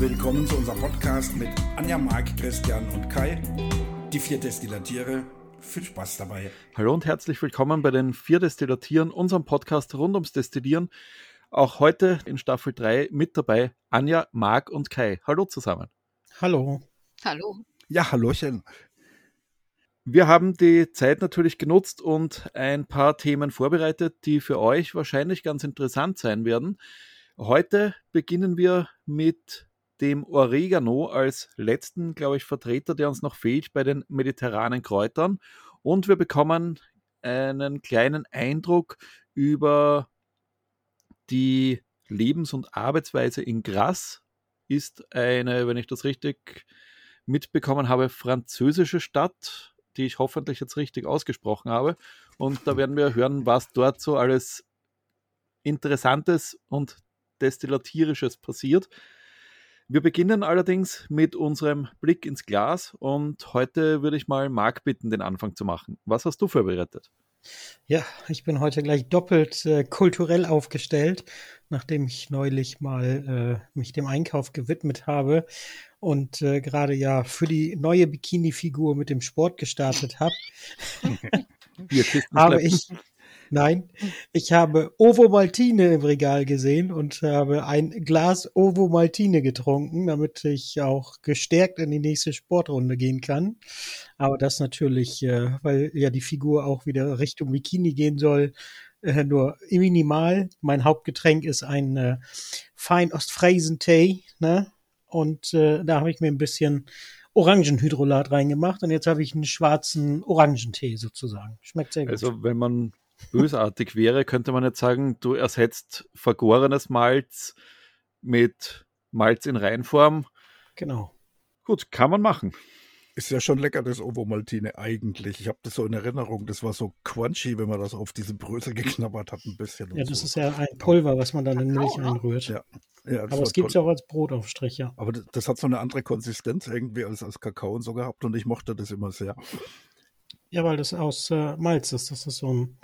willkommen zu unserem Podcast mit Anja, Marc, Christian und Kai, die 4 Destillatiere. Viel Spaß dabei. Hallo und herzlich willkommen bei den 4 Destillatieren, unserem Podcast rund ums Destillieren. Auch heute in Staffel 3 mit dabei Anja, Marc und Kai. Hallo zusammen. Hallo. Hallo. Ja, hallöchen. Wir haben die Zeit natürlich genutzt und ein paar Themen vorbereitet, die für euch wahrscheinlich ganz interessant sein werden. Heute beginnen wir mit dem Oregano als letzten, glaube ich, Vertreter, der uns noch fehlt bei den mediterranen Kräutern. Und wir bekommen einen kleinen Eindruck über die Lebens- und Arbeitsweise in Grasse. Ist eine, wenn ich das richtig mitbekommen habe, französische Stadt, die ich hoffentlich jetzt richtig ausgesprochen habe. Und da werden wir hören, was dort so alles Interessantes und Destillatierisches passiert. Wir beginnen allerdings mit unserem Blick ins Glas und heute würde ich mal Marc bitten, den Anfang zu machen. Was hast du vorbereitet? Ja, ich bin heute gleich doppelt kulturell aufgestellt, nachdem ich neulich mal mich dem Einkauf gewidmet habe und gerade ja für die neue Bikini-Figur mit dem Sport gestartet habe. Ich habe Ovomaltine im Regal gesehen und habe ein Glas Ovomaltine getrunken, damit ich auch gestärkt in die nächste Sportrunde gehen kann. Aber das natürlich, weil ja die Figur auch wieder Richtung Bikini gehen soll, nur minimal. Mein Hauptgetränk ist ein Fein Ostfriesentee, ne? Und da habe ich mir ein bisschen Orangenhydrolat reingemacht und jetzt habe ich einen schwarzen Orangentee sozusagen. Schmeckt sehr gut. Also wenn man bösartig wäre, könnte man jetzt sagen, du ersetzt vergorenes Malz mit Malz in Reinform. Genau. Gut, kann man machen. Ist ja schon lecker, das Ovomaltine eigentlich. Ich habe das so in Erinnerung, das war so crunchy, wenn man das auf diese Brösel geknabbert hat ein bisschen. Ja, das ist ja ein Pulver, was man dann in Milch einrührt. Ja, aber es gibt es auch als Brotaufstrich, ja. Aber das hat so eine andere Konsistenz irgendwie als Kakao und so gehabt und ich mochte das immer sehr. Ja, weil das aus Malz ist. Das ist so ein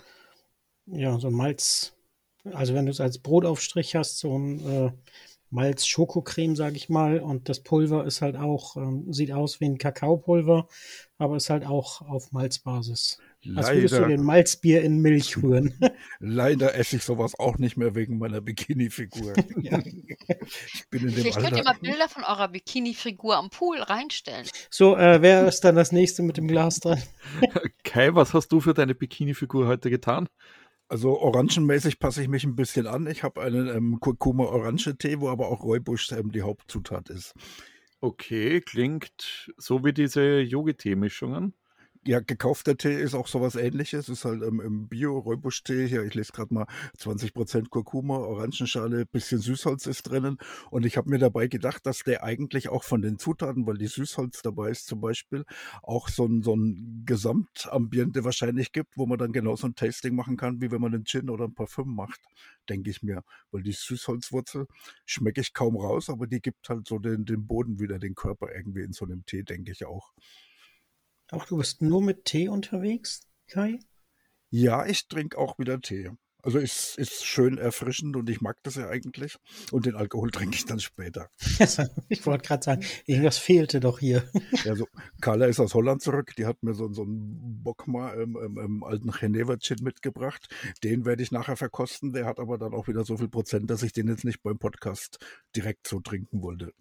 Malz. Also wenn du es als Brotaufstrich hast, so ein Malz-Schokocreme, sage ich mal. Und das Pulver ist halt auch, sieht aus wie ein Kakaopulver, aber ist halt auch auf Malzbasis. Als würdest du den Malzbier in Milch rühren. Leider esse ich sowas auch nicht mehr wegen meiner Bikini-Figur. Ja. Ich bin in dem Vielleicht Alter. könnt ihr mal Bilder von eurer Bikini-Figur am Pool reinstellen. So, wer ist dann das nächste mit dem Glas dran? Kai, was hast du für deine Bikini-Figur heute getan? Also orangenmäßig passe ich mich ein bisschen an. Ich habe einen Kurkuma-Orange-Tee, wo aber auch Rooibos die Hauptzutat ist. Okay, klingt so wie diese Yogi-Tee-Mischungen. Ja, gekaufter Tee ist auch sowas Ähnliches. Ist halt im Bio-Rooibos-Tee. Hier, ich lese gerade mal 20% Kurkuma, Orangenschale, bisschen Süßholz ist drinnen. Und ich habe mir dabei gedacht, dass der eigentlich auch von den Zutaten, weil die Süßholz dabei ist zum Beispiel, auch so ein Gesamtambiente wahrscheinlich gibt, wo man dann genauso ein Tasting machen kann, wie wenn man einen Gin oder ein Parfüm macht, denke ich mir. Weil die Süßholzwurzel schmecke ich kaum raus, aber die gibt halt so den Boden wieder, den Körper irgendwie in so einem Tee, denke ich auch. Ach, du bist nur mit Tee unterwegs, Kai? Ja, ich trinke auch wieder Tee. Also es ist schön erfrischend und ich mag das ja eigentlich. Und den Alkohol trinke ich dann später. Ich wollte gerade sagen, irgendwas fehlte doch hier. Ja, so, Carla ist aus Holland zurück. Die hat mir so einen Bockma alten Geneva Gin mitgebracht. Den werde ich nachher verkosten. Der hat aber dann auch wieder so viel Prozent, dass ich den jetzt nicht beim Podcast direkt so trinken wollte.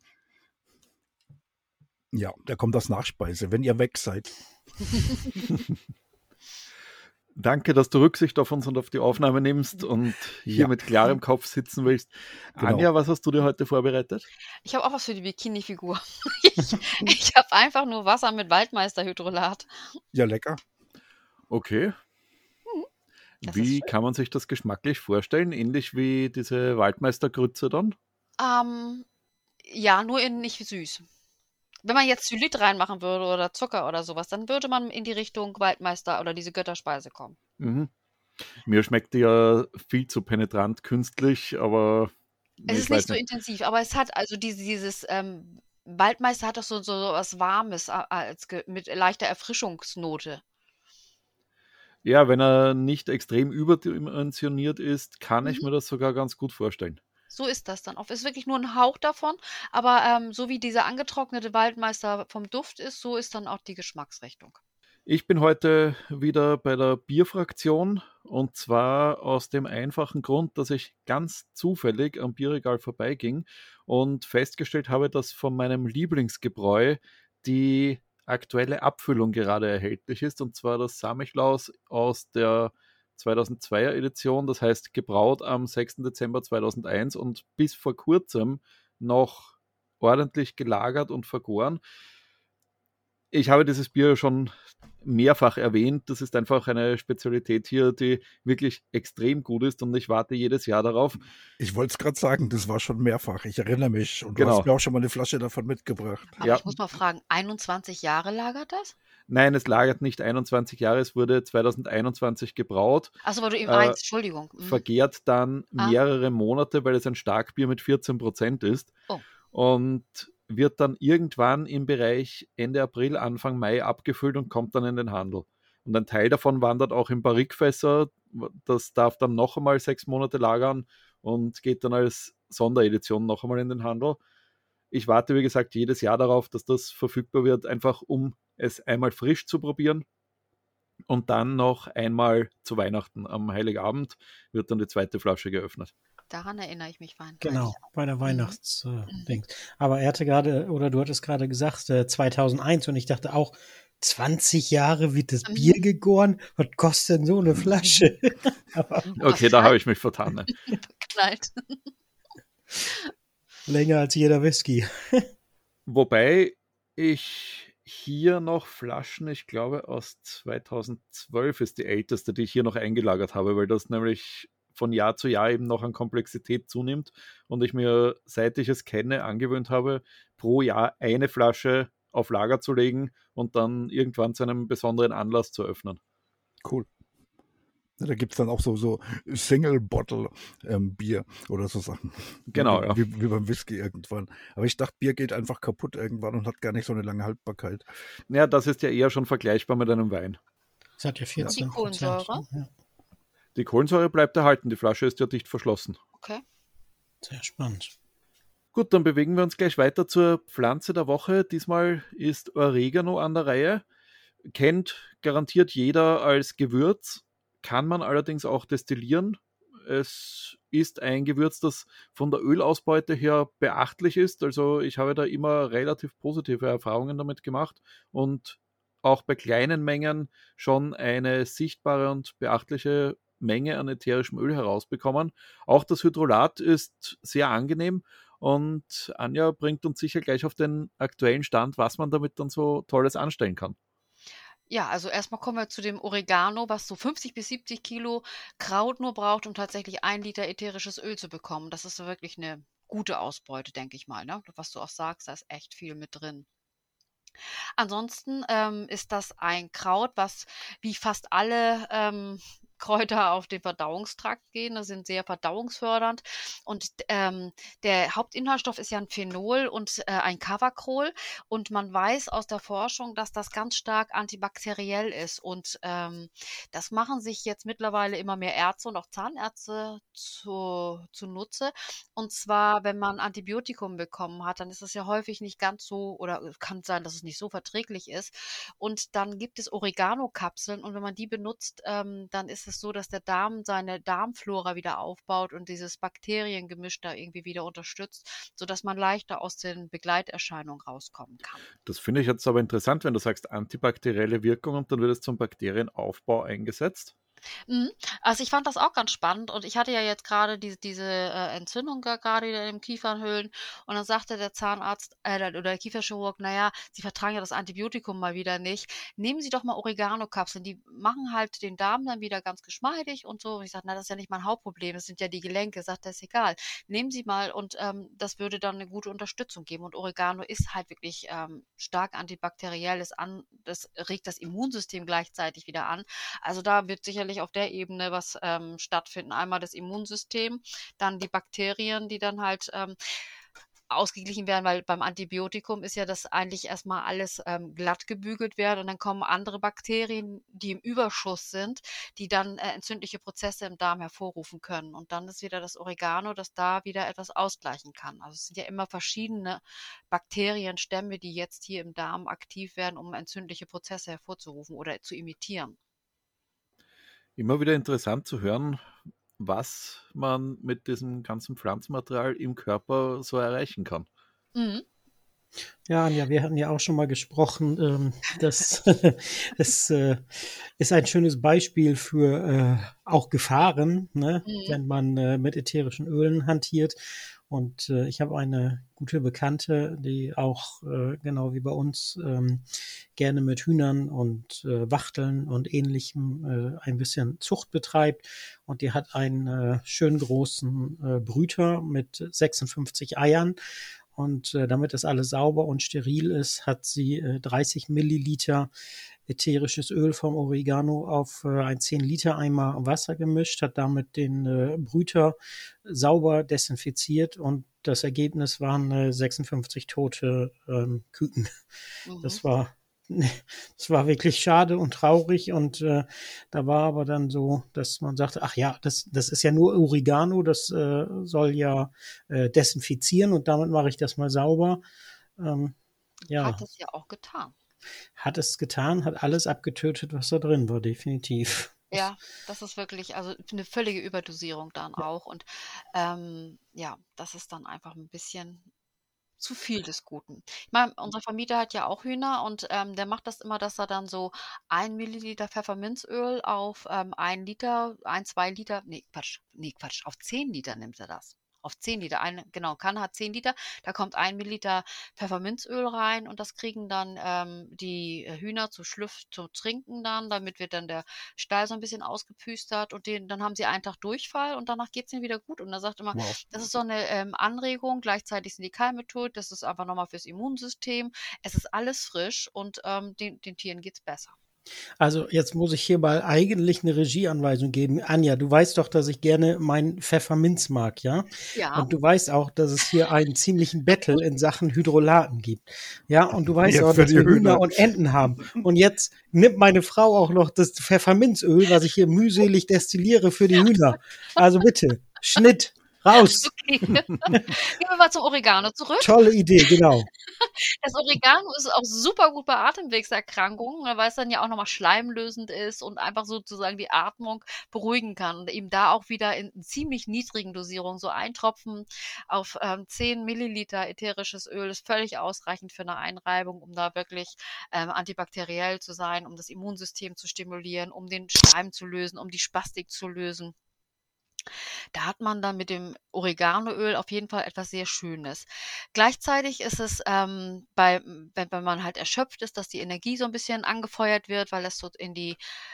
Ja, da kommt das Nachspeise, wenn ihr weg seid. Danke, dass du Rücksicht auf uns und auf die Aufnahme nimmst und hier mit klarem Kopf sitzen willst. Genau. Anja, was hast du dir heute vorbereitet? Ich habe auch was für die Bikini-Figur. Ich habe einfach nur Wasser mit Waldmeister-Hydrolat. Ja, lecker. Okay. Wie kann man sich das geschmacklich vorstellen? Ähnlich wie diese Waldmeister-Grütze dann? Ja, nur nicht süß. Wenn man jetzt Xylit reinmachen würde oder Zucker oder sowas, dann würde man in die Richtung Waldmeister oder diese Götterspeise kommen. Mhm. Mir schmeckt die ja viel zu penetrant künstlich, aber es ist nicht so intensiv, aber es hat also dieses Waldmeister hat doch so was Warmes mit leichter Erfrischungsnote. Ja, wenn er nicht extrem überdimensioniert ist, kann ich mir das sogar ganz gut vorstellen. So ist das dann oft. Ist wirklich nur ein Hauch davon, aber so wie dieser angetrocknete Waldmeister vom Duft ist, so ist dann auch die Geschmacksrichtung. Ich bin heute wieder bei der Bierfraktion und zwar aus dem einfachen Grund, dass ich ganz zufällig am Bierregal vorbeiging und festgestellt habe, dass von meinem Lieblingsgebräu die aktuelle Abfüllung gerade erhältlich ist, und zwar das Samichlaus aus der 2002er Edition, das heißt gebraut am 6. Dezember 2001 und bis vor kurzem noch ordentlich gelagert und vergoren. Ich habe dieses Bier schon mehrfach erwähnt. Das ist einfach eine Spezialität hier, die wirklich extrem gut ist und ich warte jedes Jahr darauf. Ich wollte es gerade sagen, das war schon mehrfach. Ich erinnere mich. Und du Genau. hast mir auch schon mal eine Flasche davon mitgebracht. Aber Ja. ich muss mal fragen, 21 Jahre lagert das? Nein, es lagert nicht 21 Jahre, es wurde 2021 gebraut. Achso, weil du eben meinst, Entschuldigung. Vergärt dann mehrere Monate, weil es ein Starkbier mit 14% ist. Oh. Und wird dann irgendwann im Bereich Ende April, Anfang Mai abgefüllt und kommt dann in den Handel. Und ein Teil davon wandert auch in Barrikfässer. Das darf dann noch einmal 6 Monate lagern und geht dann als Sonderedition noch einmal in den Handel. Ich warte, wie gesagt, jedes Jahr darauf, dass das verfügbar wird, einfach um es einmal frisch zu probieren. Und dann noch einmal zu Weihnachten am Heiligabend wird dann die zweite Flasche geöffnet. Daran erinnere ich mich weihnachtlich. Genau, bei der Weihnachtsdings. Aber er hatte gerade, oder du hattest gerade gesagt, 2001 und ich dachte auch, 20 Jahre wird das Bier gegoren? Was kostet denn so eine Flasche? Okay, da habe ich mich vertan. Ne? Knallt. Länger als jeder Whisky. Wobei ich hier noch Flaschen, ich glaube aus 2012 ist die älteste, die ich hier noch eingelagert habe, weil das nämlich von Jahr zu Jahr eben noch an Komplexität zunimmt und ich mir, seit ich es kenne, angewöhnt habe, pro Jahr eine Flasche auf Lager zu legen und dann irgendwann zu einem besonderen Anlass zu öffnen. Cool. Da gibt es dann auch so Single-Bottle-Bier oder so Sachen. Genau, ja. Wie beim Whisky irgendwann. Aber ich dachte, Bier geht einfach kaputt irgendwann und hat gar nicht so eine lange Haltbarkeit. Ja, das ist ja eher schon vergleichbar mit einem Wein. Das hat ja 14%. Die Kohlensäure? Ja. Die Kohlensäure bleibt erhalten, die Flasche ist ja dicht verschlossen. Okay. Sehr spannend. Gut, dann bewegen wir uns gleich weiter zur Pflanze der Woche. Diesmal ist Oregano an der Reihe. Kennt garantiert jeder als Gewürz, kann man allerdings auch destillieren. Es ist ein Gewürz, das von der Ölausbeute her beachtlich ist. Also ich habe da immer relativ positive Erfahrungen damit gemacht und auch bei kleinen Mengen schon eine sichtbare und beachtliche Menge an ätherischem Öl herausbekommen. Auch das Hydrolat ist sehr angenehm und Anja bringt uns sicher gleich auf den aktuellen Stand, was man damit dann so Tolles anstellen kann. Ja, also erstmal kommen wir zu dem Oregano, was so 50 bis 70 Kilo Kraut nur braucht, um tatsächlich 1 Liter ätherisches Öl zu bekommen. Das ist so wirklich eine gute Ausbeute, denke ich mal. Ne? Was du auch sagst, da ist echt viel mit drin. Ansonsten ist das ein Kraut, was wie fast alle Kräuter auf den Verdauungstrakt gehen. Das sind sehr verdauungsfördernd. Und der Hauptinhaltsstoff ist ja ein Phenol und ein Kavacrol. Und man weiß aus der Forschung, dass das ganz stark antibakteriell ist. Und das machen sich jetzt mittlerweile immer mehr Ärzte und auch Zahnärzte zunutze. Und zwar, wenn man Antibiotikum bekommen hat, dann ist das ja häufig nicht ganz so, oder kann sein, dass es nicht so verträglich ist. Und dann gibt es Oregano-Kapseln und wenn man die benutzt, dann ist es so, dass der Darm seine Darmflora wieder aufbaut und dieses Bakteriengemisch da irgendwie wieder unterstützt, sodass man leichter aus den Begleiterscheinungen rauskommen kann. Das finde ich jetzt aber interessant, wenn du sagst antibakterielle Wirkung und dann wird es zum Bakterienaufbau eingesetzt. Also ich fand das auch ganz spannend und ich hatte ja jetzt gerade diese Entzündung gerade in den Kiefernhöhlen und dann sagte der Zahnarzt oder der Kieferchirurg, naja, Sie vertragen ja das Antibiotikum mal wieder nicht. Nehmen Sie doch mal Oregano-Kapseln, die machen halt den Darm dann wieder ganz geschmeidig und so. Und ich sagte, na, das ist ja nicht mein Hauptproblem, das sind ja die Gelenke. Sagt er, ist egal. Nehmen Sie mal und das würde dann eine gute Unterstützung geben. Und Oregano ist halt wirklich stark antibakteriell, das regt das Immunsystem gleichzeitig wieder an. Also da wird sicherlich auf der Ebene was stattfinden. Einmal das Immunsystem, dann die Bakterien, die dann halt ausgeglichen werden, weil beim Antibiotikum ist ja das eigentlich erstmal alles glatt gebügelt werden und dann kommen andere Bakterien, die im Überschuss sind, die dann entzündliche Prozesse im Darm hervorrufen können. Und dann ist wieder das Oregano, das da wieder etwas ausgleichen kann. Also es sind ja immer verschiedene Bakterienstämme, die jetzt hier im Darm aktiv werden, um entzündliche Prozesse hervorzurufen oder zu imitieren. Immer wieder interessant zu hören, was man mit diesem ganzen Pflanzenmaterial im Körper so erreichen kann. Mhm. Ja, Anja, wir hatten ja auch schon mal gesprochen, das, das ist ein schönes Beispiel für auch Gefahren, ne, Mhm. wenn man mit ätherischen Ölen hantiert. Und ich habe eine gute Bekannte, die auch genau wie bei uns gerne mit Hühnern und Wachteln und Ähnlichem ein bisschen Zucht betreibt. Und die hat einen schön großen Brüter mit 56 Eiern. Und damit das alles sauber und steril ist, hat sie 30 Milliliter ätherisches Öl vom Oregano auf ein 10 Liter Eimer Wasser gemischt, hat damit den Brüter sauber desinfiziert und das Ergebnis waren 56 tote Küken. Mhm. Das war wirklich schade und traurig und da war aber dann so, dass man sagte, ach ja, das ist ja nur Oregano, das soll ja desinfizieren und damit mache ich das mal sauber. Ja, Hat es ja auch getan. hat es getan, hat alles abgetötet, was da drin war, definitiv. Ja, das ist wirklich, also eine völlige Überdosierung dann auch. Und ja, das ist dann einfach ein bisschen zu viel des Guten. Ich meine, unser Vermieter hat ja auch Hühner und der macht das immer, dass er dann so 1 Milliliter Pfefferminzöl auf 1 Liter, 2 Liter, nee, Quatsch, auf 10 Liter nimmt er das. Auf 10 Liter, genau, Kanne hat 10 Liter, da kommt 1 Milliliter Pfefferminzöl rein und das kriegen dann die Hühner zu trinken dann, damit wird dann der Stall so ein bisschen ausgepüstert und dann haben sie einen Tag Durchfall und danach geht es ihnen wieder gut. Und er sagt immer, Wow. das ist so eine Anregung, gleichzeitig sind die Keime tot, das ist einfach nochmal fürs Immunsystem. Es ist alles frisch und den Tieren geht's besser. Also jetzt muss ich hier mal eigentlich eine Regieanweisung geben. Anja, du weißt doch, dass ich gerne meinen Pfefferminz mag, ja? Ja, Und du weißt auch, dass es hier einen ziemlichen Battle in Sachen Hydrolaten gibt. Ja, und du weißt Ja, auch, für dass die wir Hühner Hühner. und Enten haben. Und jetzt nimmt meine Frau auch noch das Pfefferminzöl, was ich hier mühselig destilliere für die Hühner. Also bitte, Schnitt, raus. okay. Gehen wir mal zum Oregano zurück. Tolle Idee, genau. Das Oregano ist auch super gut bei Atemwegserkrankungen, weil es dann ja auch nochmal schleimlösend ist und einfach sozusagen die Atmung beruhigen kann. Und eben da auch wieder in ziemlich niedrigen Dosierungen, so ein Tropfen auf 10 Milliliter ätherisches Öl ist völlig ausreichend für eine Einreibung, um da wirklich antibakteriell zu sein, um das Immunsystem zu stimulieren, um den Schleim zu lösen, um die Spastik zu lösen. Da hat man dann mit dem Oreganoöl auf jeden Fall etwas sehr Schönes. Gleichzeitig ist es, wenn man halt erschöpft ist, dass die Energie so ein bisschen angefeuert wird, weil das so in die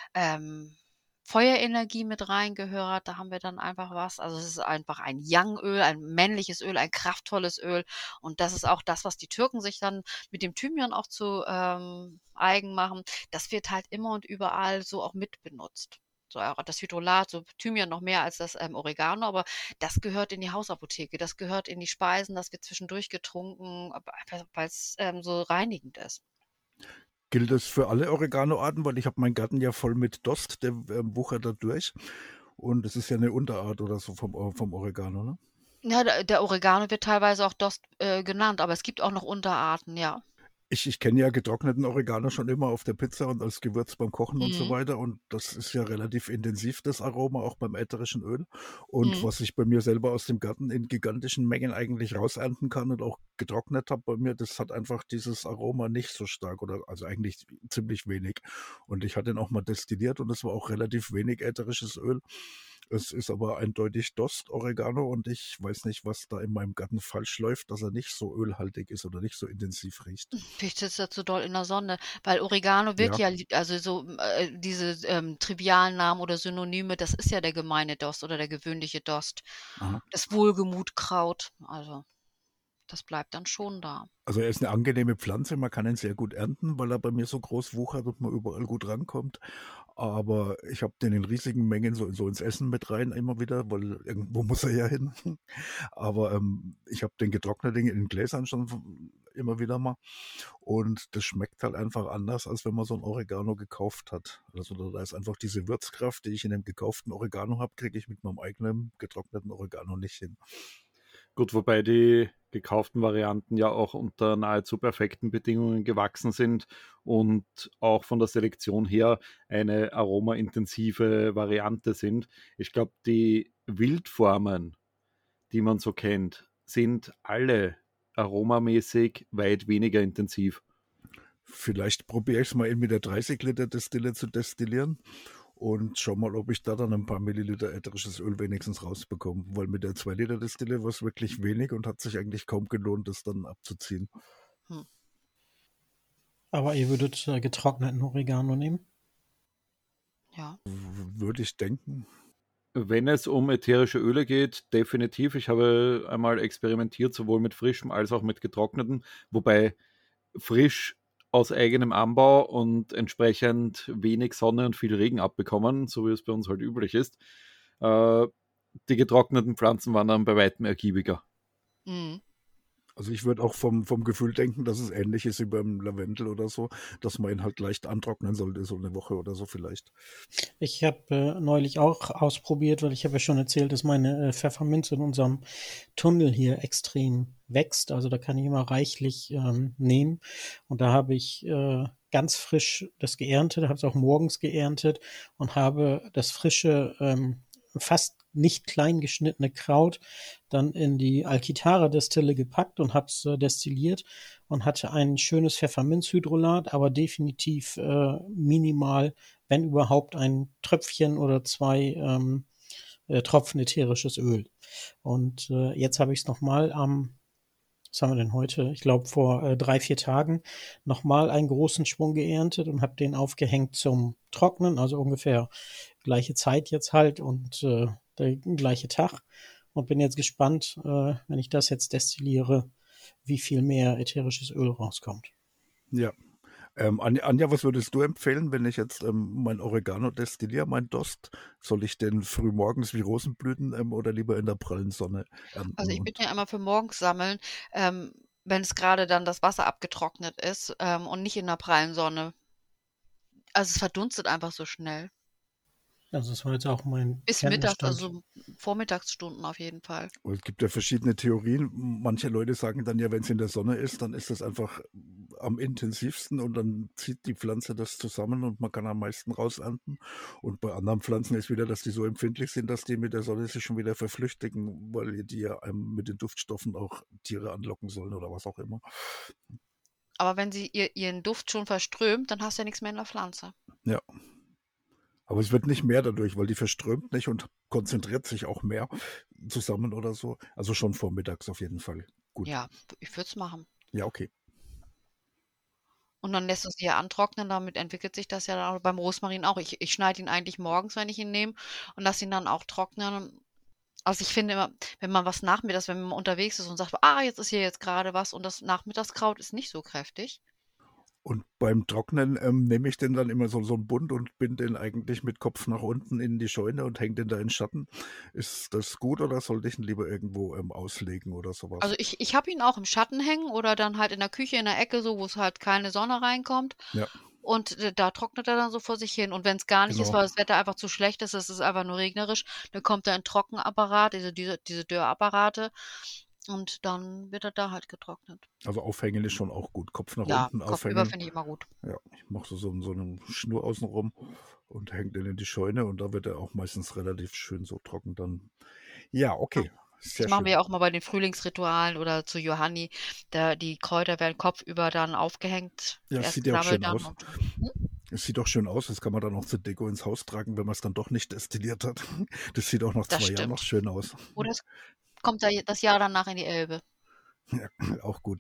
Feuerenergie mit reingehört. Da haben wir dann einfach was. Also es ist einfach ein Yang-Öl, ein männliches Öl, ein kraftvolles Öl. Und das ist auch das, was die Türken sich dann mit dem Thymian auch zu eigen machen. Das wird halt immer und überall so auch mit benutzt. So das Hydrolat, so Thymian noch mehr als das Oregano, aber das gehört in die Hausapotheke, das gehört in die Speisen, das wird zwischendurch getrunken, weil es so reinigend ist. Gilt das für alle Oreganoarten? Weil ich habe meinen Garten ja voll mit Dost, der wuchert da durch. Und das ist ja eine Unterart oder so vom Oregano, ne? Ja, der Oregano wird teilweise auch Dost genannt, aber es gibt auch noch Unterarten, ja. Ich kenne ja getrockneten Oregano schon immer auf der Pizza und als Gewürz beim Kochen und so Mhm. weiter. Und das ist ja relativ intensiv, das Aroma, auch beim ätherischen Öl. Und Mhm. was ich bei mir selber aus dem Garten in gigantischen Mengen eigentlich rausernten kann und auch getrocknet habe bei mir, das hat einfach dieses Aroma nicht so stark oder also eigentlich ziemlich wenig. Und ich hatte ihn auch mal destilliert und es war auch relativ wenig ätherisches Öl. Es ist aber eindeutig Dost, Oregano und ich weiß nicht, was da in meinem Garten falsch läuft, dass er nicht so ölhaltig ist oder nicht so intensiv riecht. Vielleicht sitzt er zu doll in der Sonne, weil Oregano wird Ja, ja, also so diese trivialen Namen oder Synonyme, das ist ja der gemeine Dost oder der gewöhnliche Dost, aha. das Wohlgemutkraut, also Das bleibt dann schon da. Also er ist eine angenehme Pflanze, man kann ihn sehr gut ernten, weil er bei mir so groß wuchert und man überall gut rankommt. Aber ich habe den in riesigen Mengen so ins Essen mit rein immer wieder, weil irgendwo muss er ja hin. Aber ich habe den getrockneten in Gläsern schon immer wieder mal. Und das schmeckt halt einfach anders, als wenn man so ein Oregano gekauft hat. Also da ist einfach diese Würzkraft, die ich in dem gekauften Oregano habe, kriege ich mit meinem eigenen getrockneten Oregano nicht hin. Gut, wobei die gekauften Varianten ja auch unter nahezu perfekten Bedingungen gewachsen sind und auch von der Selektion her eine aromaintensive Variante sind. Ich glaube, die Wildformen, die man so kennt, sind alle aromamäßig weit weniger intensiv. Vielleicht probiere ich es mal in mit der 30 Liter Destille zu destillieren und schau mal, ob ich da dann ein paar Milliliter ätherisches Öl wenigstens rausbekomme. Weil mit der 2 Liter Destille war es wirklich wenig und hat sich eigentlich kaum gelohnt, das dann abzuziehen. Aber ihr würdet getrockneten Oregano nehmen? Ja. Würde ich denken. Wenn es um ätherische Öle geht, definitiv. Ich habe einmal experimentiert, sowohl mit frischem als auch mit getrockneten, wobei frisch aus eigenem Anbau und entsprechend wenig Sonne und viel Regen abbekommen, so wie es bei uns halt üblich ist. Die getrockneten Pflanzen waren dann bei weitem ergiebiger. Mhm. Also ich würde auch vom Gefühl denken, dass es ähnlich ist wie beim Lavendel oder so, dass man ihn halt leicht antrocknen sollte, so eine Woche oder so vielleicht. Ich habe neulich auch ausprobiert, weil ich habe ja schon erzählt, dass meine Pfefferminz in unserem Tunnel hier extrem wächst. Also da kann ich immer reichlich nehmen. Und da habe ich ganz frisch das geerntet, habe es auch morgens geerntet und habe das frische, fast nicht klein geschnittene Kraut dann in die Alkitara-Destille gepackt und habe es destilliert und hatte ein schönes Pfefferminzhydrolat, aber definitiv minimal, wenn überhaupt, ein Tröpfchen oder zwei Tropfen ätherisches Öl. Und jetzt habe ich es nochmal was haben wir denn heute? Ich glaube vor 3, 4 Tagen nochmal einen großen Schwung geerntet und habe den aufgehängt zum Trocknen, also ungefähr gleiche Zeit jetzt halt und der gleiche Tag. Und bin jetzt gespannt, wenn ich das jetzt destilliere, wie viel mehr ätherisches Öl rauskommt. Ja. Anja, was würdest du empfehlen, wenn ich jetzt mein Oregano destilliere, mein Dost? Soll ich den früh morgens wie Rosenblüten oder lieber in der prallen Sonne Also ernten? ich Und würde mir einmal für morgens sammeln, wenn es gerade dann das Wasser abgetrocknet ist und nicht in der prallen Sonne. Also es verdunstet einfach so schnell. Also das war jetzt auch mein Bis mittags, Kenntnisstand. also Vormittagsstunden auf jeden Fall. es gibt ja verschiedene Theorien. Manche Leute sagen dann ja, wenn es in der Sonne ist, dann ist das einfach am intensivsten und dann zieht die Pflanze das zusammen und man kann am meisten rausernten. Und bei anderen Pflanzen ist wieder, dass die so empfindlich sind, dass die mit der Sonne sich schon wieder verflüchtigen, weil die ja einem mit den Duftstoffen auch Tiere anlocken sollen oder was auch immer. Aber wenn sie ihren Duft schon verströmt, dann hast du ja nichts mehr in der Pflanze. Ja. Aber es wird nicht mehr dadurch, weil die verströmt nicht und konzentriert sich auch mehr zusammen oder so. Also schon vormittags auf jeden Fall. Gut. Ja, ich würde es machen. Ja, okay. Und dann lässt du sie ja antrocknen, damit entwickelt sich das ja dann auch beim Rosmarin auch. Ich schneide ihn eigentlich morgens, wenn ich ihn nehme, und lasse ihn dann auch trocknen. Also ich finde immer, wenn man was nachmittags, wenn man unterwegs ist und sagt, jetzt ist hier jetzt gerade was und das Nachmittagskraut ist nicht so kräftig. Und beim Trocknen nehme ich den dann immer so einen Bund und bin den eigentlich mit Kopf nach unten in die Scheune und hänge den da in den Schatten. Ist das gut oder sollte ich ihn lieber irgendwo auslegen oder sowas? Also ich habe ihn auch im Schatten hängen oder dann halt in der Küche in der Ecke, so wo es halt keine Sonne reinkommt. Ja, Und da trocknet er dann so vor sich hin. Und wenn es gar nicht ist, genau. weil das Wetter einfach zu schlecht ist, es ist einfach nur regnerisch, dann kommt da ein Trockenapparat, diese Dörrapparate, und dann wird er da halt getrocknet. Also aufhängen ist schon auch gut. Kopf nach Ja, unten kopfüber aufhängen. finde ich immer gut. Ja, ich mache so eine Schnur außen rum und hänge den in die Scheune und da wird er auch meistens relativ schön so trocken dann. Ja, okay. Sehr Das machen wir schön. ja auch mal bei den Frühlingsritualen oder zu Johanni. Die Kräuter werden kopfüber dann aufgehängt, Ja, es erst sieht ja auch gesammelt schön dann aus. und Es sieht auch schön aus. Das kann man dann auch zur Deko ins Haus tragen, wenn man es dann doch nicht destilliert hat. Das sieht auch nach das 2 Jahren noch stimmt. schön aus. Oder es kommt da das Jahr danach in die Elbe. Ja, auch gut.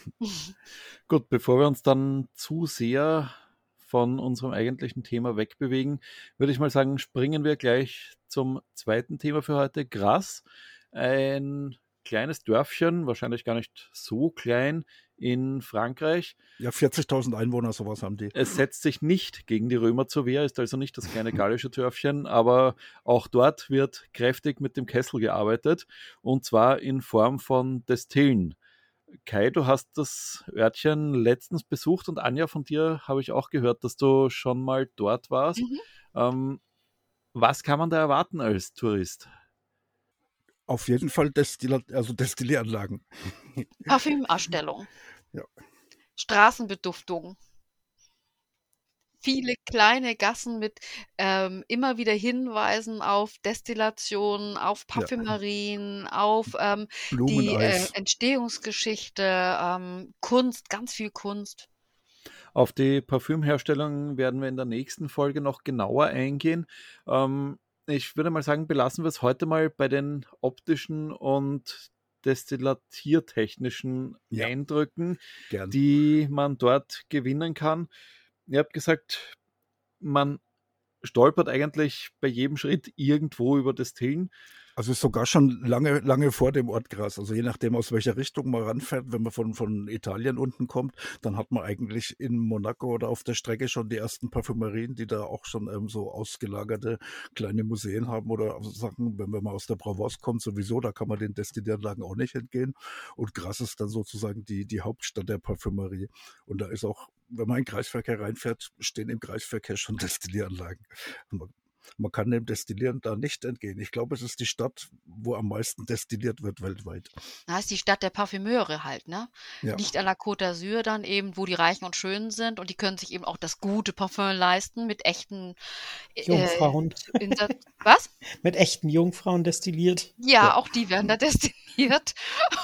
Gut, bevor wir uns dann zu sehr von unserem eigentlichen Thema wegbewegen, würde ich mal sagen, springen wir gleich zum zweiten Thema für heute. Gras. Ein kleines Dörfchen, wahrscheinlich gar nicht so klein, in Frankreich. Ja, 40.000 Einwohner, sowas haben die. Es setzt sich nicht gegen die Römer zur Wehr, ist also nicht das kleine gallische Dörfchen, aber auch dort wird kräftig mit dem Kessel gearbeitet, und zwar in Form von Destillen. Kai, du hast das Örtchen letztens besucht, und Anja, von dir habe ich auch gehört, dass du schon mal dort warst. Mhm. Was kann man da erwarten als Tourist? Auf jeden Fall Destillieranlagen. Parfümerstellung, Ja. Straßenbeduftung, viele kleine Gassen mit immer wieder Hinweisen auf Destillation, auf Ja. Parfümerien, auf die Blumeneis. Entstehungsgeschichte, Kunst, ganz viel Kunst. Auf die Parfümherstellung werden wir in der nächsten Folge noch genauer eingehen. Ich würde mal sagen, belassen wir es heute mal bei den optischen und destillatiertechnischen Ja. Eindrücken, Gern. die man dort gewinnen kann. Ihr habt gesagt, man stolpert eigentlich bei jedem Schritt irgendwo über Destillen. Also ist sogar schon lange vor dem Ort Graz. Also je nachdem, aus welcher Richtung man ranfährt, wenn man von Italien unten kommt, dann hat man eigentlich in Monaco oder auf der Strecke schon die ersten Parfümerien, die da auch schon so ausgelagerte kleine Museen haben oder Sachen. Wenn man aus der Provence kommt, sowieso, da kann man den Destillieranlagen auch nicht entgehen. Und Graz ist dann sozusagen die Hauptstadt der Parfümerie. Und da ist auch, wenn man in den Kreisverkehr reinfährt, stehen im Kreisverkehr schon Destillieranlagen. Man kann dem Destillieren da nicht entgehen. Ich glaube, es ist die Stadt, wo am meisten destilliert wird weltweit. Das ist die Stadt der Parfümeure halt, ne? Ja. Nicht an der Côte d'Azur dann eben, wo die Reichen und Schönen sind, und die können sich eben auch das gute Parfüm leisten mit echten Jungfrauen. Was? Mit echten Jungfrauen destilliert. Ja, auch die werden da destilliert.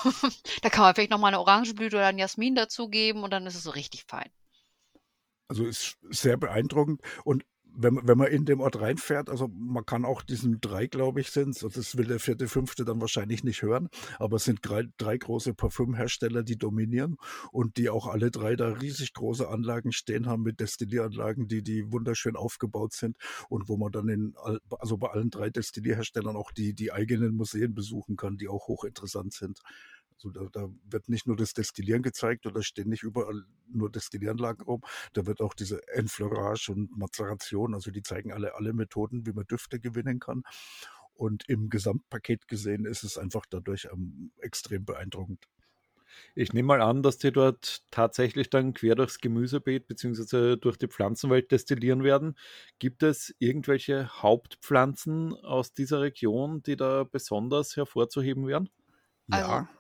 Da kann man vielleicht noch mal eine Orangenblüte oder ein Jasmin dazugeben, und dann ist es so richtig fein. Also ist sehr beeindruckend. Und wenn man in dem Ort reinfährt, also man kann auch diesen 3, glaube ich, sind es, das will der 4., 5. dann wahrscheinlich nicht hören, aber es sind 3 große Parfümhersteller, die dominieren und die auch alle 3 da riesig große Anlagen stehen haben mit Destillieranlagen, die wunderschön aufgebaut sind und wo man dann also bei allen 3 Destillierherstellern auch die eigenen Museen besuchen kann, die auch hochinteressant sind. Also da wird nicht nur das Destillieren gezeigt oder stehen nicht überall nur Destillieranlagen rum, da wird auch diese Enfleurage und Mazeration, also die zeigen alle Methoden, wie man Düfte gewinnen kann. Und im Gesamtpaket gesehen ist es einfach dadurch extrem beeindruckend. Ich nehme mal an, dass die dort tatsächlich dann quer durchs Gemüsebeet bzw. durch die Pflanzenwelt destillieren werden. Gibt es irgendwelche Hauptpflanzen aus dieser Region, die da besonders hervorzuheben wären? Ja,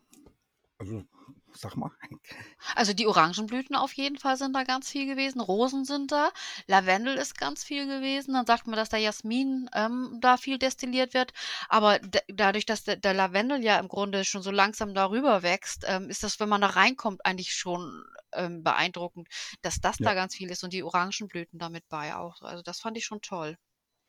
also sag mal. Also die Orangenblüten auf jeden Fall sind da ganz viel gewesen, Rosen sind da, Lavendel ist ganz viel gewesen. Dann sagt man, dass der Jasmin da viel destilliert wird. Aber dadurch, dass der Lavendel ja im Grunde schon so langsam darüber wächst, ist das, wenn man da reinkommt, eigentlich schon beeindruckend, dass das Ja. da ganz viel ist, und die Orangenblüten damit bei auch. Also das fand ich schon toll.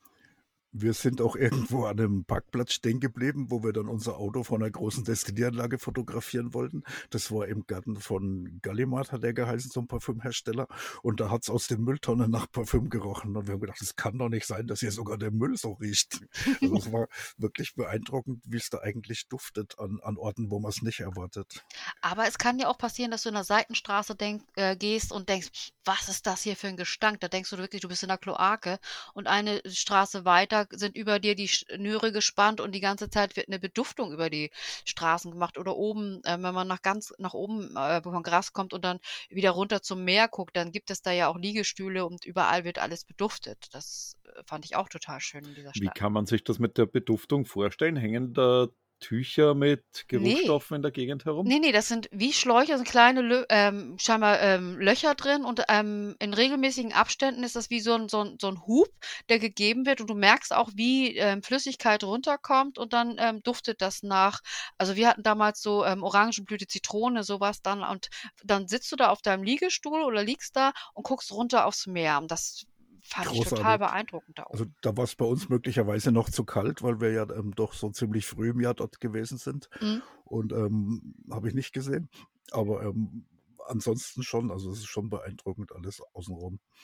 Wir sind auch irgendwo an einem Parkplatz stehen geblieben, wo wir dann unser Auto von einer großen Destillieranlage fotografieren wollten. Das war im Garten von Gallimat, hat der geheißen, so ein Parfümhersteller. Und da hat es aus den Mülltonnen nach Parfüm gerochen. Und wir haben gedacht, es kann doch nicht sein, dass hier sogar der Müll so riecht. Also es war wirklich beeindruckend, wie es da eigentlich duftet an Orten, wo man es nicht erwartet. Aber es kann ja auch passieren, dass du in der Seitenstraße gehst und denkst, was ist das hier für ein Gestank? Da denkst du wirklich, du bist in der Kloake, und eine Straße weiter sind über dir die Schnüre gespannt, und die ganze Zeit wird eine Beduftung über die Straßen gemacht. Oder oben, wenn man ganz nach oben von Gras kommt und dann wieder runter zum Meer guckt, dann gibt es da ja auch Liegestühle, und überall wird alles beduftet. Das fand ich auch total schön in dieser Wie Stadt. kann man sich das mit der Beduftung vorstellen? Hängen da Tücher mit Geruchsstoffen in der Gegend herum? Nee, das sind wie Schläuche, sind kleine scheinbar Löcher drin, und in regelmäßigen Abständen ist das wie so ein Hub, der gegeben wird, und du merkst auch, wie Flüssigkeit runterkommt, und dann duftet das nach. Also wir hatten damals so Orangenblüte, Zitrone, sowas dann, und dann sitzt du da auf deinem Liegestuhl oder liegst da und guckst runter aufs Meer, und das fand ich total Großartig. beeindruckend da Also oben. da war es bei uns möglicherweise noch zu kalt, weil wir ja doch so ziemlich früh im Jahr dort gewesen sind. Mhm. Und habe ich nicht gesehen. Aber ansonsten schon, also es ist schon beeindruckend alles außenrum.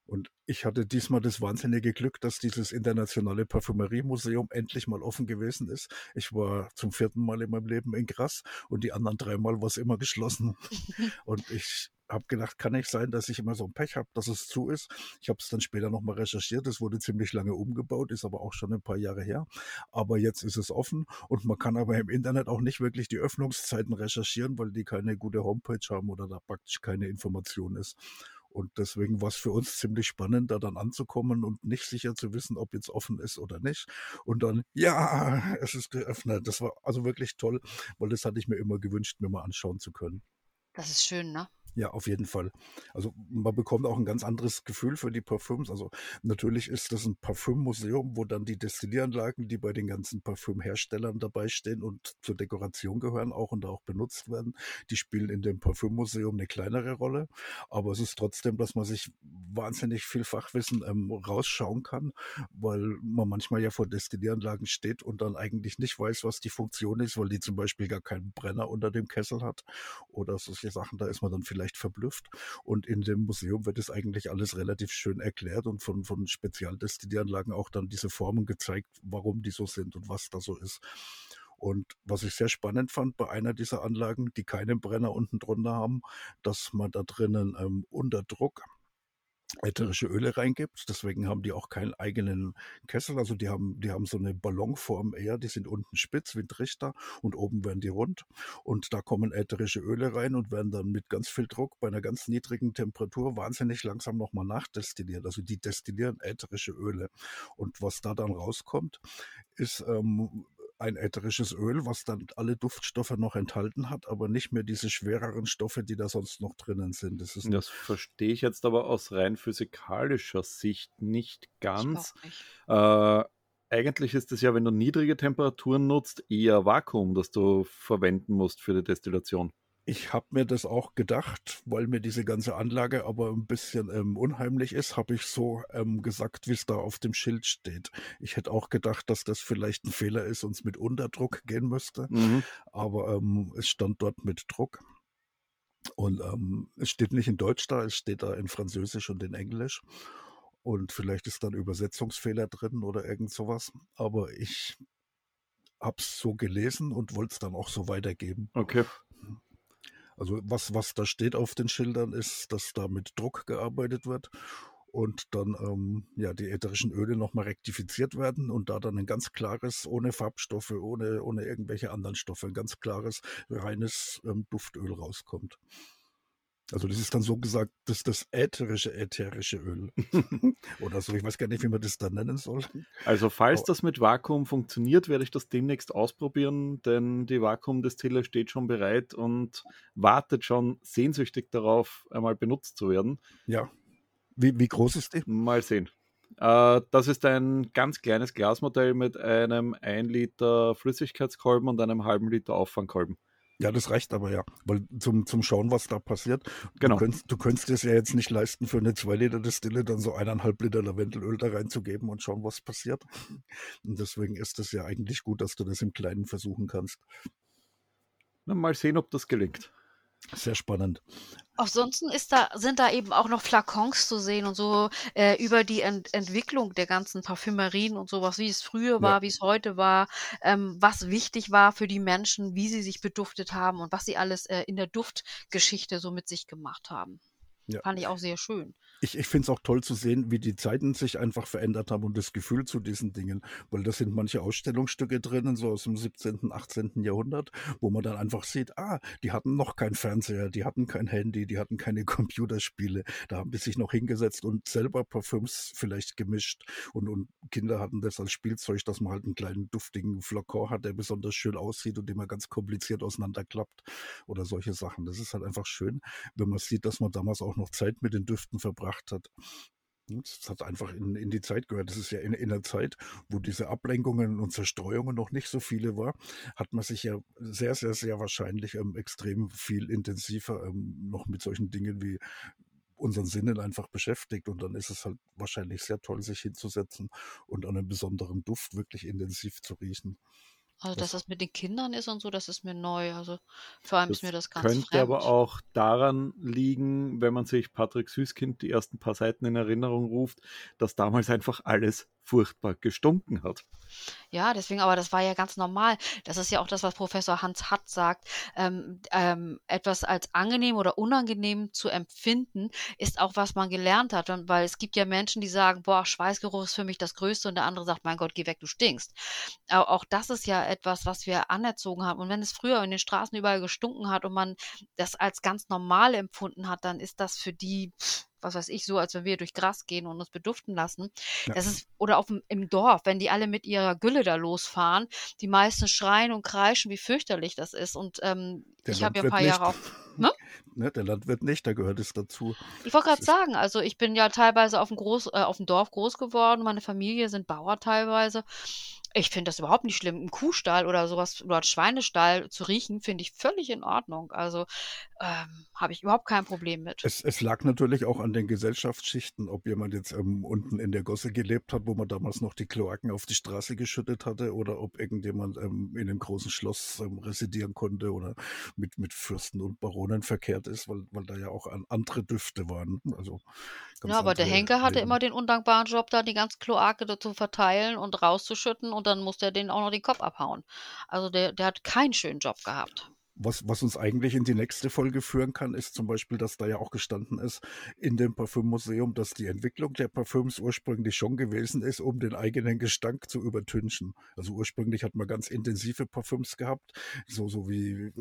Und ich hatte diesmal das wahnsinnige Glück, dass dieses internationale Parfümeriemuseum endlich mal offen gewesen ist. Ich war zum 4. Mal in meinem Leben in Grasse und die anderen 3 Mal war es immer geschlossen. Und ich habe gedacht, kann nicht sein, dass ich immer so ein Pech habe, dass es zu ist. Ich habe es dann später nochmal recherchiert. Es wurde ziemlich lange umgebaut, ist aber auch schon ein paar Jahre her. Aber jetzt ist es offen und man kann aber im Internet auch nicht wirklich die Öffnungszeiten recherchieren, weil die keine gute Homepage haben oder da praktisch keine Information ist. Und deswegen war es für uns ziemlich spannend, da dann anzukommen und nicht sicher zu wissen, ob jetzt offen ist oder nicht. Und dann, ja, es ist geöffnet. Das war also wirklich toll, weil das hatte ich mir immer gewünscht, mir mal anschauen zu können. Das ist schön, ne? Ja, auf jeden Fall. Also man bekommt auch ein ganz anderes Gefühl für die Parfüms. Also natürlich ist das ein Parfümmuseum, wo dann die Destillieranlagen, die bei den ganzen Parfümherstellern dabei stehen und zur Dekoration gehören auch und auch benutzt werden, die spielen in dem Parfümmuseum eine kleinere Rolle. Aber es ist trotzdem, dass man sich wahnsinnig viel Fachwissen rausschauen kann, weil man manchmal ja vor Destillieranlagen steht und dann eigentlich nicht weiß, was die Funktion ist, weil die zum Beispiel gar keinen Brenner unter dem Kessel hat oder solche Sachen, da ist man dann vielleicht verblüfft. Und in dem Museum wird es eigentlich alles relativ schön erklärt und von Spezialdestillieranlagen auch dann diese Formen gezeigt, warum die so sind und was da so ist. Und was ich sehr spannend fand bei einer dieser Anlagen, die keinen Brenner unten drunter haben, dass man da drinnen unter Druck ätherische Öle reingibt. Deswegen haben die auch keinen eigenen Kessel. Also die haben so eine Ballonform eher. Die sind unten spitz wie ein Trichter und oben werden die rund. Und da kommen ätherische Öle rein und werden dann mit ganz viel Druck bei einer ganz niedrigen Temperatur wahnsinnig langsam nochmal nachdestilliert. Also die destillieren ätherische Öle. Und was da dann rauskommt, ist ein ätherisches Öl, was dann alle Duftstoffe noch enthalten hat, aber nicht mehr diese schwereren Stoffe, die da sonst noch drinnen sind. Das ist ein Das verstehe ich jetzt aber aus rein physikalischer Sicht nicht Ich auch ganz. nicht. Eigentlich ist es ja, wenn du niedrige Temperaturen nutzt, eher Vakuum, das du verwenden musst für die Destillation. Ich habe mir das auch gedacht, weil mir diese ganze Anlage aber ein bisschen unheimlich ist, habe ich so gesagt, wie es da auf dem Schild steht. Ich hätte auch gedacht, dass das vielleicht ein Fehler ist und es mit Unterdruck gehen müsste, Mhm. aber es stand dort mit Druck und es steht nicht in Deutsch da, es steht da in Französisch und in Englisch und vielleicht ist da ein Übersetzungsfehler drin oder irgend sowas, aber ich habe es so gelesen und wollte es dann auch so weitergeben. Okay. Also was da steht auf den Schildern ist, dass da mit Druck gearbeitet wird und dann ja die ätherischen Öle nochmal rektifiziert werden und da dann ein ganz klares, ohne Farbstoffe, ohne irgendwelche anderen Stoffe, ein ganz klares, reines Duftöl rauskommt. Also das ist dann so gesagt, das ist das ätherische Öl. Oder so, ich weiß gar nicht, wie man das dann nennen soll. Also falls Aber das mit Vakuum funktioniert, werde ich das demnächst ausprobieren, denn die Vakuumdestille steht schon bereit und wartet schon sehnsüchtig darauf, einmal benutzt zu werden. ja, wie groß ist die? Mal sehen. Das ist ein ganz kleines Glasmodell mit einem 1 Liter Flüssigkeitskolben und einem halben Liter Auffangkolben. Ja, das reicht aber ja, weil zum Schauen, was da passiert, Genau. du könntest es ja jetzt nicht leisten, für eine 2 Liter Destille dann so 1,5 Liter Lavendelöl da reinzugeben und schauen, was passiert. Und deswegen ist es ja eigentlich gut, dass du das im Kleinen versuchen kannst. Na, mal sehen, ob das gelingt. Sehr spannend. Ansonsten sind da eben auch noch Flakons zu sehen und so über die Entwicklung der ganzen Parfümerien und sowas, wie es früher Ja, war, wie es heute war, was wichtig war für die Menschen, wie sie sich beduftet haben und was sie alles in der Duftgeschichte so mit sich gemacht haben. ja. Fand ich auch sehr schön. Ich finde es auch toll zu sehen, wie die Zeiten sich einfach verändert haben und das Gefühl zu diesen Dingen, weil da sind manche Ausstellungsstücke drinnen, so aus dem 17., 18. Jahrhundert, wo man dann einfach sieht, die hatten noch keinen Fernseher, die hatten kein Handy, die hatten keine Computerspiele, da haben die sich noch hingesetzt und selber Parfüms vielleicht gemischt und Kinder hatten das als Spielzeug, dass man halt einen kleinen duftigen Flakon hat, der besonders schön aussieht und den man ganz kompliziert auseinanderklappt oder solche Sachen. Das ist halt einfach schön, wenn man sieht, dass man damals auch noch Zeit mit den Düften verbracht hat. Das hat einfach in die Zeit gehört. Das ist ja in der Zeit, wo diese Ablenkungen und Zerstreuungen noch nicht so viele war, hat man sich ja sehr, sehr, sehr wahrscheinlich extrem viel intensiver noch mit solchen Dingen wie unseren Sinnen einfach beschäftigt. Und dann ist es halt wahrscheinlich sehr toll, sich hinzusetzen und an einem besonderen Duft wirklich intensiv zu riechen. Also, dass Das das mit den Kindern ist und so, das ist mir neu. Also, vor allem ist mir Das das ganz könnte aber fremd. auch daran liegen, wenn man sich Patrick Süßkind die ersten paar Seiten in Erinnerung ruft, dass damals einfach alles furchtbar gestunken hat. Ja, deswegen, aber das war ja ganz normal. Das ist ja auch das, was Professor Hans Hatt sagt. Etwas als angenehm oder unangenehm zu empfinden, ist auch, was man gelernt hat. Weil es gibt ja Menschen, die sagen, boah, Schweißgeruch ist für mich das Größte und der andere sagt, mein Gott, geh weg, du stinkst. Auch das ist ja etwas, was wir anerzogen haben. Und wenn es früher in den Straßen überall gestunken hat und man das als ganz normal empfunden hat, dann ist das für die, was weiß ich, so, als wenn wir durch Gras gehen und uns beduften lassen. ja, Das ist, oder im Dorf, wenn die alle mit ihrer Gülle da losfahren, die meisten schreien und kreischen, wie fürchterlich das ist. Und der ich habe ja ein Landwirt paar Jahre nicht. auch, ne? Ne, der Landwirt nicht, da gehört es dazu. Ich wollte Es gerade ist sagen, also ich bin ja teilweise auf dem Dorf groß geworden, meine Familie sind Bauer teilweise. Ich finde das überhaupt nicht schlimm. Im Kuhstall oder sowas oder Schweinestall zu riechen, finde ich völlig in Ordnung. Also habe ich überhaupt kein Problem mit. Es lag natürlich auch an den Gesellschaftsschichten, ob jemand jetzt unten in der Gosse gelebt hat, wo man damals noch die Kloaken auf die Straße geschüttet hatte, oder ob irgendjemand in einem großen Schloss residieren konnte oder mit Fürsten und Baronen verkehrt ist, weil da ja auch andere Düfte waren, also Ja, ganz aber der andere Henker hatte immer Lebensmittel. den undankbaren Job, da die ganze Kloake da zu verteilen und rauszuschütten und dann musste er denen auch noch den Kopf abhauen. Also der hat keinen schönen Job gehabt. Was uns eigentlich in die nächste Folge führen kann, ist zum Beispiel, dass da ja auch gestanden ist in dem Parfümmuseum, dass die Entwicklung der Parfüms ursprünglich schon gewesen ist, um den eigenen Gestank zu übertünchen. Also ursprünglich hat man ganz intensive Parfüms gehabt, so wie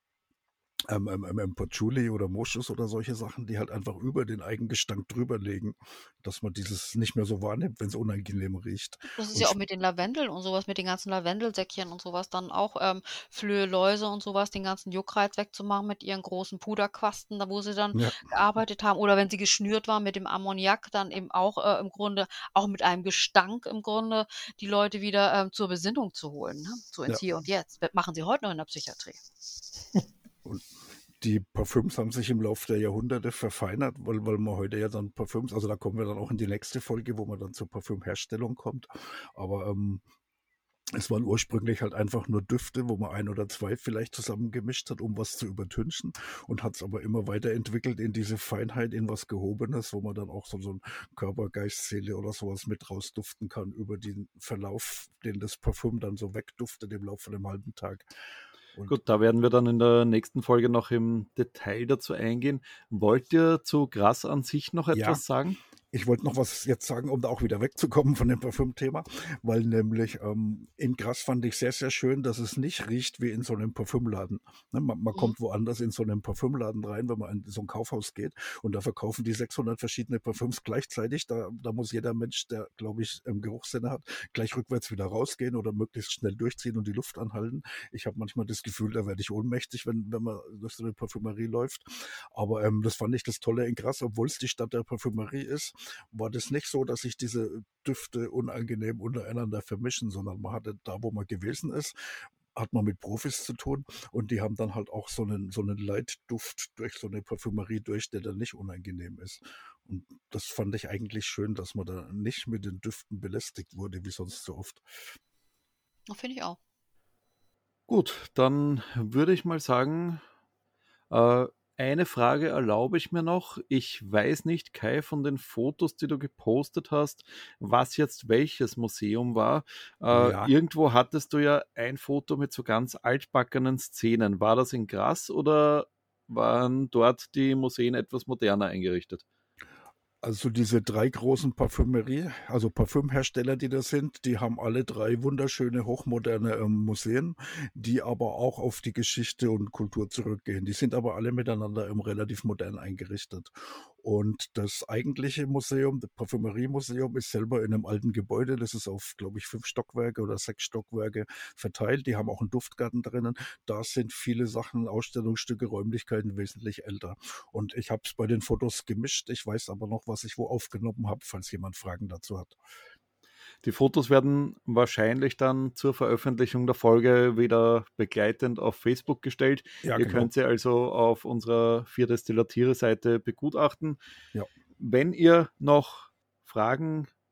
Patchouli oder Moschus oder solche Sachen, die halt einfach über den Eigengestank drüber legen, dass man dieses nicht mehr so wahrnimmt, wenn es unangenehm riecht. Das ist Und ja auch mit den Lavendeln und sowas, mit den ganzen Lavendelsäckchen und sowas dann auch Flöhe, Läuse und sowas, den ganzen Juckreiz wegzumachen mit ihren großen Puderquasten, da wo sie dann ja, gearbeitet haben. Oder wenn sie geschnürt waren mit dem Ammoniak, dann eben auch im Grunde, auch mit einem Gestank im Grunde, die Leute wieder zur Besinnung zu holen, ne? So ins ja. Hier und Jetzt. Das machen sie heute noch in der Psychiatrie. Und die Parfüms haben sich im Laufe der Jahrhunderte verfeinert, weil man heute ja dann Parfüms, also da kommen wir dann auch in die nächste Folge, wo man dann zur Parfümherstellung kommt. Aber es waren ursprünglich halt einfach nur Düfte, wo man ein oder zwei vielleicht zusammengemischt hat, um was zu übertünchen, und hat es aber immer weiterentwickelt in diese Feinheit, in was Gehobenes, wo man dann auch so ein Körper, Geist, Seele oder sowas mit rausduften kann über den Verlauf, den das Parfüm dann so wegduftet im Laufe von einem halben Tag. Und Gut, da werden wir dann in der nächsten Folge noch im Detail dazu eingehen. Wollt ihr zu Gras an sich noch ja, etwas sagen? ich wollte noch was jetzt sagen, um da auch wieder wegzukommen von dem Parfümthema, weil nämlich in Gras fand ich sehr, sehr schön, dass es nicht riecht wie in so einem Parfümladen. Ne, man Mhm. kommt woanders in so einem Parfümladen rein, wenn man in so ein Kaufhaus geht, und da verkaufen die 600 verschiedene Parfüms gleichzeitig. Da muss jeder Mensch, der, glaube ich, Geruchssinne hat, gleich rückwärts wieder rausgehen oder möglichst schnell durchziehen und die Luft anhalten. Ich habe manchmal das Gefühl, da werde ich ohnmächtig, wenn man durch so eine Parfümerie läuft. Aber das fand ich das Tolle in Gras, obwohl es die Stadt der Parfümerie ist, war das nicht so, dass sich diese Düfte unangenehm untereinander vermischen, sondern man hatte da, wo man gewesen ist, hat man mit Profis zu tun, und die haben dann halt auch so einen Leitduft durch so eine Parfümerie durch, der dann nicht unangenehm ist. Und das fand ich eigentlich schön, dass man da nicht mit den Düften belästigt wurde, wie sonst so oft. Finde ich auch. Gut, dann würde ich mal sagen, äh, eine Frage erlaube ich mir noch. Ich weiß nicht, Kai, von den Fotos, die du gepostet hast, was jetzt welches Museum war. Ja, Irgendwo hattest du ja ein Foto mit so ganz altbackenen Szenen. War das in Graz oder waren dort die Museen etwas moderner eingerichtet? also diese drei großen also Parfümhersteller, die das sind, die haben alle drei wunderschöne, hochmoderne Museen, die aber auch auf die Geschichte und Kultur zurückgehen. Die sind aber alle miteinander relativ modern eingerichtet. Und das eigentliche Museum, das Parfümeriemuseum, ist selber in einem alten Gebäude. Das ist auf, glaube ich, 5 Stockwerke oder 6 Stockwerke verteilt. Die haben auch einen Duftgarten drinnen. Da sind viele Sachen, Ausstellungsstücke, Räumlichkeiten wesentlich älter. Und ich habe es bei den Fotos gemischt. Ich weiß aber noch, was ich wo aufgenommen habe, falls jemand Fragen dazu hat. Die Fotos werden wahrscheinlich dann zur Veröffentlichung der Folge wieder begleitend auf Facebook gestellt. Ja, Ihr genau. könnt sie also auf unserer 4 Destillatiere-Seite begutachten. Ja. Wenn ihr noch Fragen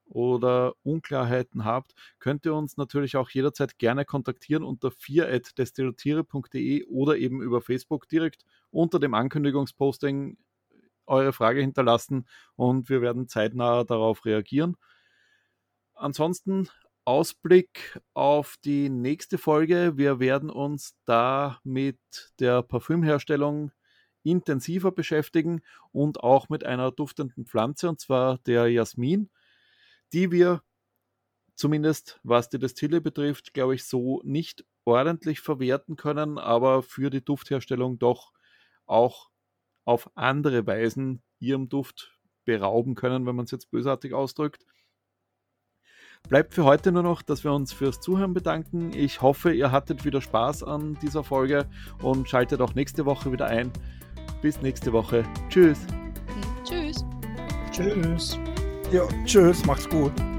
oder Unklarheiten habt, könnt ihr uns natürlich auch jederzeit gerne kontaktieren unter 4@destillertiere.de oder eben über Facebook direkt unter dem Ankündigungsposting eure Frage hinterlassen und wir werden zeitnah darauf reagieren. Ansonsten Ausblick auf die nächste Folge. Wir werden uns da mit der Parfümherstellung intensiver beschäftigen und auch mit einer duftenden Pflanze, und zwar der Jasmin, die wir zumindest, was die Destille betrifft, glaube ich, so nicht ordentlich verwerten können, aber für die Duftherstellung doch auch auf andere Weisen ihrem Duft berauben können, wenn man es jetzt bösartig ausdrückt. Bleibt für heute nur noch, dass wir uns fürs Zuhören bedanken. Ich hoffe, ihr hattet wieder Spaß an dieser Folge und schaltet auch nächste Woche wieder ein. Bis nächste Woche. Tschüss. Tschüss. Tschüss. Ja, tschüss, macht's gut.